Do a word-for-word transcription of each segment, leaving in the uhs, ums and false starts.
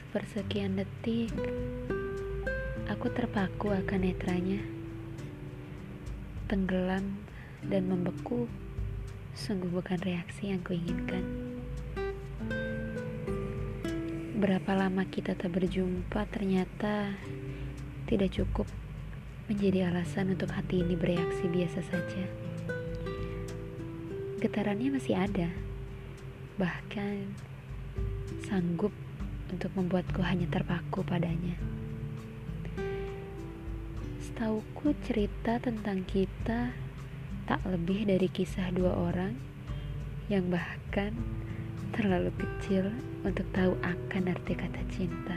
Persekian detik, aku terpaku akan netranya. Tenggelam dan membeku, sungguh bukan reaksi yang kuinginkan. Berapa lama kita tak berjumpa ternyata tidak cukup menjadi alasan untuk hati ini bereaksi biasa saja. Getarannya masih ada, bahkan sanggup untuk membuatku hanya terpaku padanya. Setauku cerita tentang kita tak lebih dari kisah dua orang yang bahkan terlalu kecil untuk tahu akan arti kata cinta.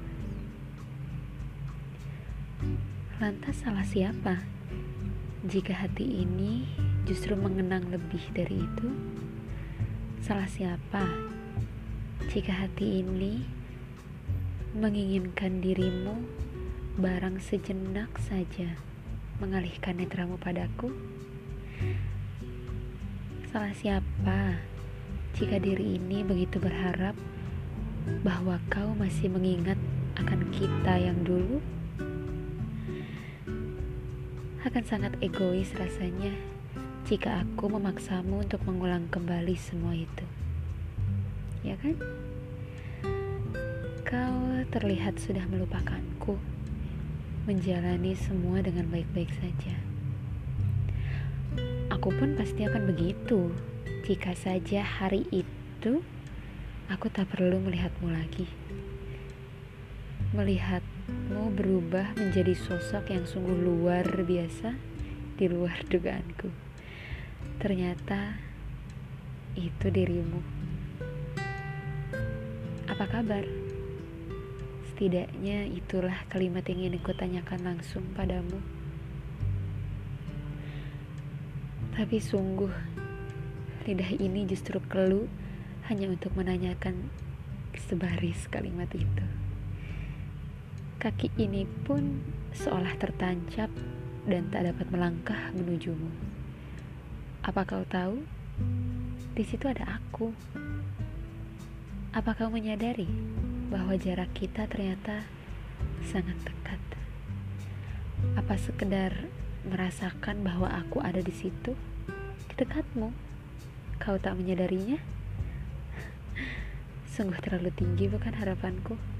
Lantas salah siapa jika hati ini justru mengenang lebih dari itu? Salah siapa jika hati ini menginginkan dirimu barang sejenak saja mengalihkan netramu padaku? Salah siapa jika diri ini begitu berharap bahwa kau masih mengingat akan kita yang dulu? Akan sangat egois rasanya jika aku memaksamu untuk mengulang kembali semua itu. Ya kan? Kau terlihat sudah melupakanku, menjalani semua dengan baik-baik saja. Aku pun pasti akan begitu jika saja hari itu aku tak perlu melihatmu lagi. Melihatmu berubah menjadi sosok yang sungguh luar biasa di luar dugaanku. Ternyata itu dirimu. Apa kabar? Setidaknya itulah kalimat yang ingin ku tanyakan langsung padamu. Tapi sungguh, lidah ini justru keluh hanya untuk menanyakan sebaris kalimat itu. Kaki ini pun seolah tertancap dan tak dapat melangkah menujumu. Apa kau tahu? Di situ ada aku. Apa kau menyadari bahwa jarak kita ternyata sangat dekat? Apa sekedar merasakan bahwa aku ada di situ, di dekatmu? Kau tak menyadarinya? Sungguh terlalu tinggi bukan harapanku?